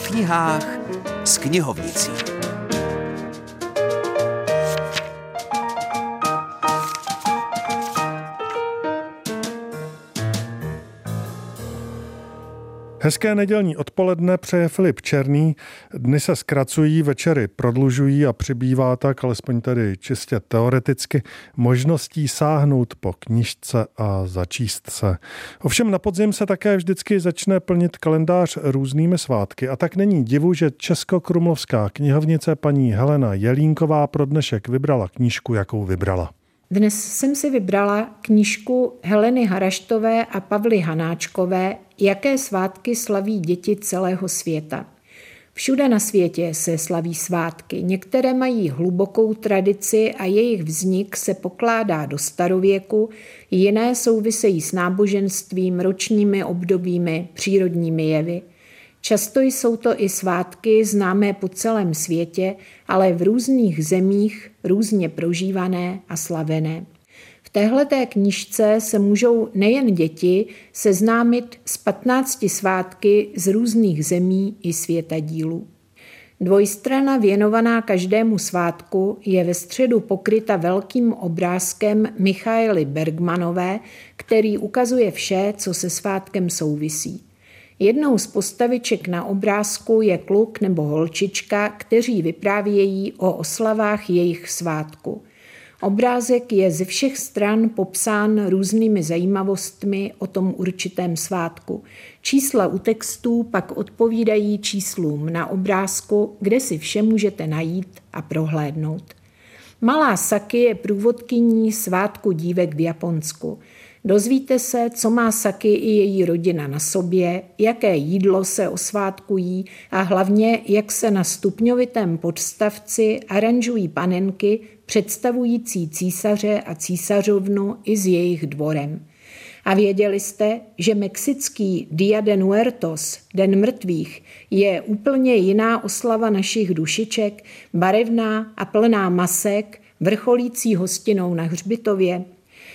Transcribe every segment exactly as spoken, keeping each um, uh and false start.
knihách s knihovnicí. Hezké nedělní odpoledne přeje Filip Černý. Dny se zkracují, večery prodlužují a přibývá tak, alespoň tedy čistě teoreticky, možností sáhnout po knížce a začíst se. Ovšem na podzim se také vždycky začne plnit kalendář různými svátky a tak není divu, že Českokrumlovská knihovnice paní Helena Jelínková pro dnešek vybrala knížku, jakou vybrala. Dnes jsem si vybrala knížku Heleny Haraštové a Pavly Hanáčkové Jaké svátky slaví děti celého světa. Všude na světě se slaví svátky. Některé mají hlubokou tradici a jejich vznik se pokládá do starověku, jiné souvisejí s náboženstvím, ročními obdobími, přírodními jevy. Často jsou to i svátky známé po celém světě, ale v různých zemích různě prožívané a slavené. V téhleté knížce se můžou nejen děti seznámit s patnácti svátky z různých zemí i světadílů. Dvojstrana věnovaná každému svátku je ve středu pokryta velkým obrázkem Michaely Bergmanové, který ukazuje vše, co se svátkem souvisí. Jednou z postaviček na obrázku je kluk nebo holčička, kteří vyprávějí o oslavách jejich svátku. Obrázek je ze všech stran popsán různými zajímavostmi o tom určitém svátku. Čísla u textů pak odpovídají číslům na obrázku, kde si vše můžete najít a prohlédnout. Malá Saki je průvodkyní svátku dívek v Japonsku. Dozvíte se, co má Saki i její rodina na sobě, jaké jídlo se o svátku jí a hlavně, jak se na stupňovitém podstavci aranžují panenky představující císaře a císařovnu i s jejich dvorem. A věděli jste, že mexický Dia de Muertos, Den mrtvých, je úplně jiná oslava našich dušiček, barevná a plná masek, vrcholící hostinou na hřbitově?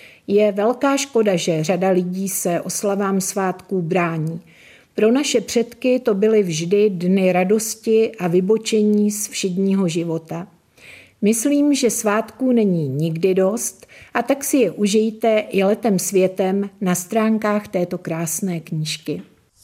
Je velká škoda, že řada lidí se oslavám svátků brání. Pro naše předky to byly vždy dny radosti a vybočení z všedního života. Myslím, že svátků není nikdy dost a tak si je užijte i letem světem na stránkách této krásné knížky.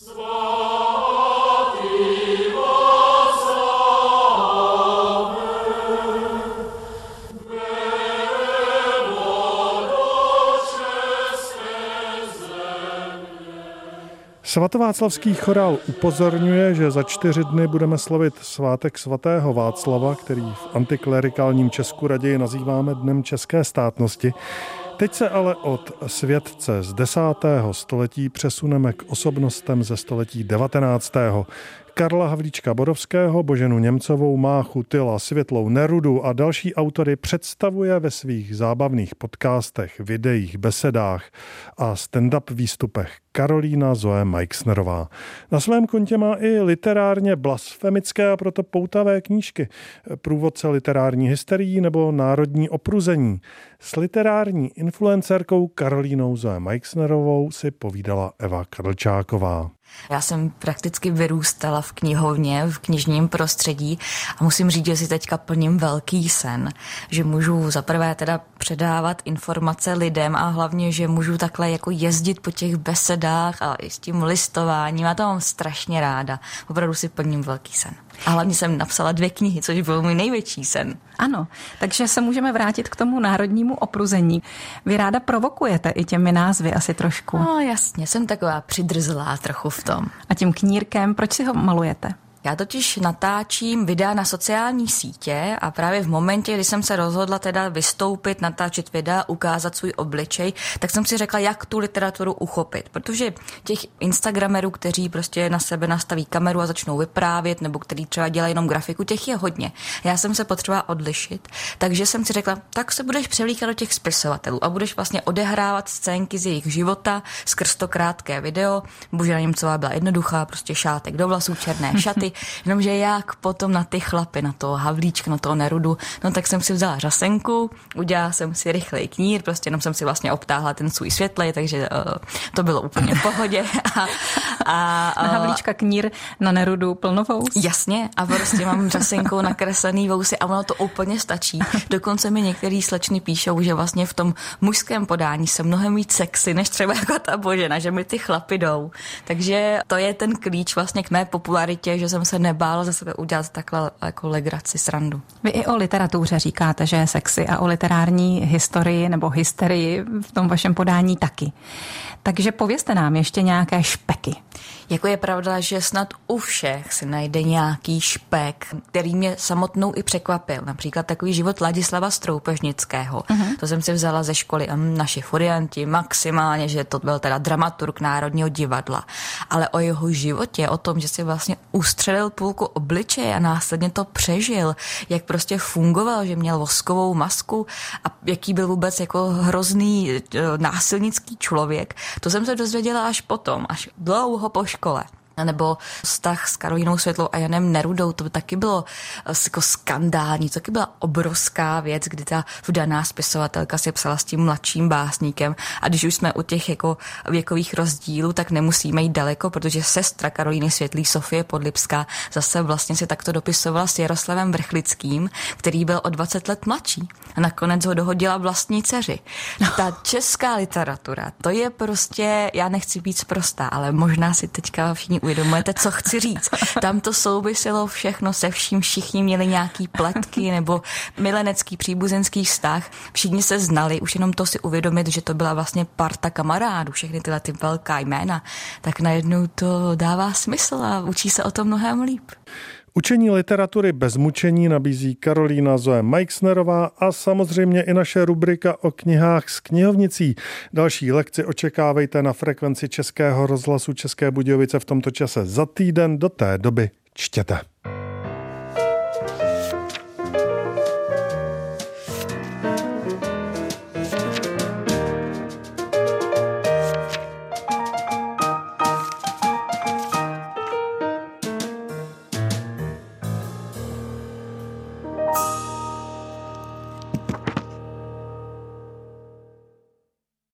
Svatováclavský chorál upozorňuje, že za čtyři dny budeme slavit svátek svatého Václava, který v antiklerikálním Česku raději nazýváme Dnem české státnosti. Teď se ale od světce z desátého století přesuneme k osobnostem ze století devatenáctého Karla Havlíčka Borovského, Boženu Němcovou, Máchu, Tyla, Světlou Nerudu a další autory představuje ve svých zábavných podcastech, videích, besedách a stand-up výstupech Karolína Zoe Meixnerová. Na svém kontě má i literárně blasfemické a proto poutavé knížky, Průvodce literární hysterií nebo Národní opruzení. S literární influencerkou Karolínou Zoe Meixnerovou si povídala Eva Kadlčáková. Já jsem prakticky vyrůstala v knihovně, v knižním prostředí a musím říct, že si teďka plním velký sen, že můžu zaprvé teda předávat informace lidem a hlavně, že můžu takhle jako jezdit po těch besedách a i s tím listováním. Já to mám strašně ráda. Opravdu si plním velký sen. A hlavně jsem napsala dvě knihy, což byl můj největší sen. Ano, takže se můžeme vrátit k tomu národnímu opruzení. Vy ráda provokujete i těmi názvy asi trošku. No jasně, jsem taková přidrzlá trochu v tom. A tím knírkem, proč si ho malujete? Já totiž natáčím videa na sociální sítě a právě v momentě, kdy jsem se rozhodla teda vystoupit, natáčet videa, ukázat svůj obličej, tak jsem si řekla, jak tu literaturu uchopit. Protože těch instagramerů, kteří prostě na sebe nastaví kameru a začnou vyprávět, nebo kteří třeba dělají jenom grafiku, těch je hodně. Já jsem se potřebovala odlišit, takže jsem si řekla, tak se budeš převlíkat do těch spisovatelů a budeš vlastně odehrávat scénky z jejich života skrz to krátké video. Božena Němcová byla jednoduchá, prostě šátek do vlasů, černé šaty. jenomže jak potom na ty chlapy, na toho Havlíčka, na toho Nerudu, no tak jsem si vzala řasenku, udělala jsem si rychlej knír, prostě jenom jsem si vlastně obtáhla ten svůj světlej, takže uh, to bylo úplně v pohodě. A, a, na Havlíčka knír, na Nerudu plnovous? Jasně, a prostě mám řasenkou nakreslený vousy a ono to úplně stačí. Dokonce mi některý slečny píšou, že vlastně v tom mužském podání jsem mnohem víc sexy, než třeba jako ta Božena, že mi ty chlapy jdou. Takže to je ten klíč vlastně k mé popularitě, že jsem se nebála za sebe udělat takhle jako legraci, srandu. Vy i o literatuře říkáte, že je sexy a o literární historii nebo hysterii v tom vašem podání taky. Takže povězte nám ještě nějaké špeky. Jako je pravda, že snad u všech se najde nějaký špek, který mě samotnou i překvapil. Například takový život Ladislava Stroupežnického. Uh-huh. To jsem si vzala ze školy a naši furianti maximálně, že to byl teda dramaturg Národního divadla. Ale o jeho životě, o tom, že si vlastně ustřelil půlku obličeje a následně to přežil, jak prostě fungoval, že měl voskovou masku a jaký byl vůbec jako hrozný násilnický člověk, to jsem se dozvěděla až potom, až dlouho po škole. Nebo vztah s Karolínou Světlou a Janem Nerudou, to by taky bylo jako skandální, to taky byla obrovská věc, kdy ta vdaná spisovatelka si psala s tím mladším básníkem a když už jsme u těch jako věkových rozdílů, tak nemusíme jít daleko, protože sestra Karolíny Světlý, Sofie Podlipská, zase vlastně si takto dopisovala s Jaroslavem Vrchlickým, který byl o dvacet let mladší a nakonec ho dohodila vlastní dceři. Ta česká literatura, to je prostě, já nechci být sprostá, ale možná si teďka všichni uvědomujete, co chci říct. Tam to souviselo všechno se vším, všichni měli nějaký pletky nebo milenecký příbuzenský vztah. Všichni se znali, už jenom to si uvědomit, že to byla vlastně parta kamarádů, všechny tyhle ty velká jména, tak najednou to dává smysl a učí se o tom mnohem líp. Učení literatury bez mučení nabízí Karolína Zoe Meixnerová a samozřejmě i naše rubrika o knihách s knihovnicí. Další lekci očekávejte na frekvenci Českého rozhlasu České Budějovice v tomto čase za týden. Do té doby čtěte.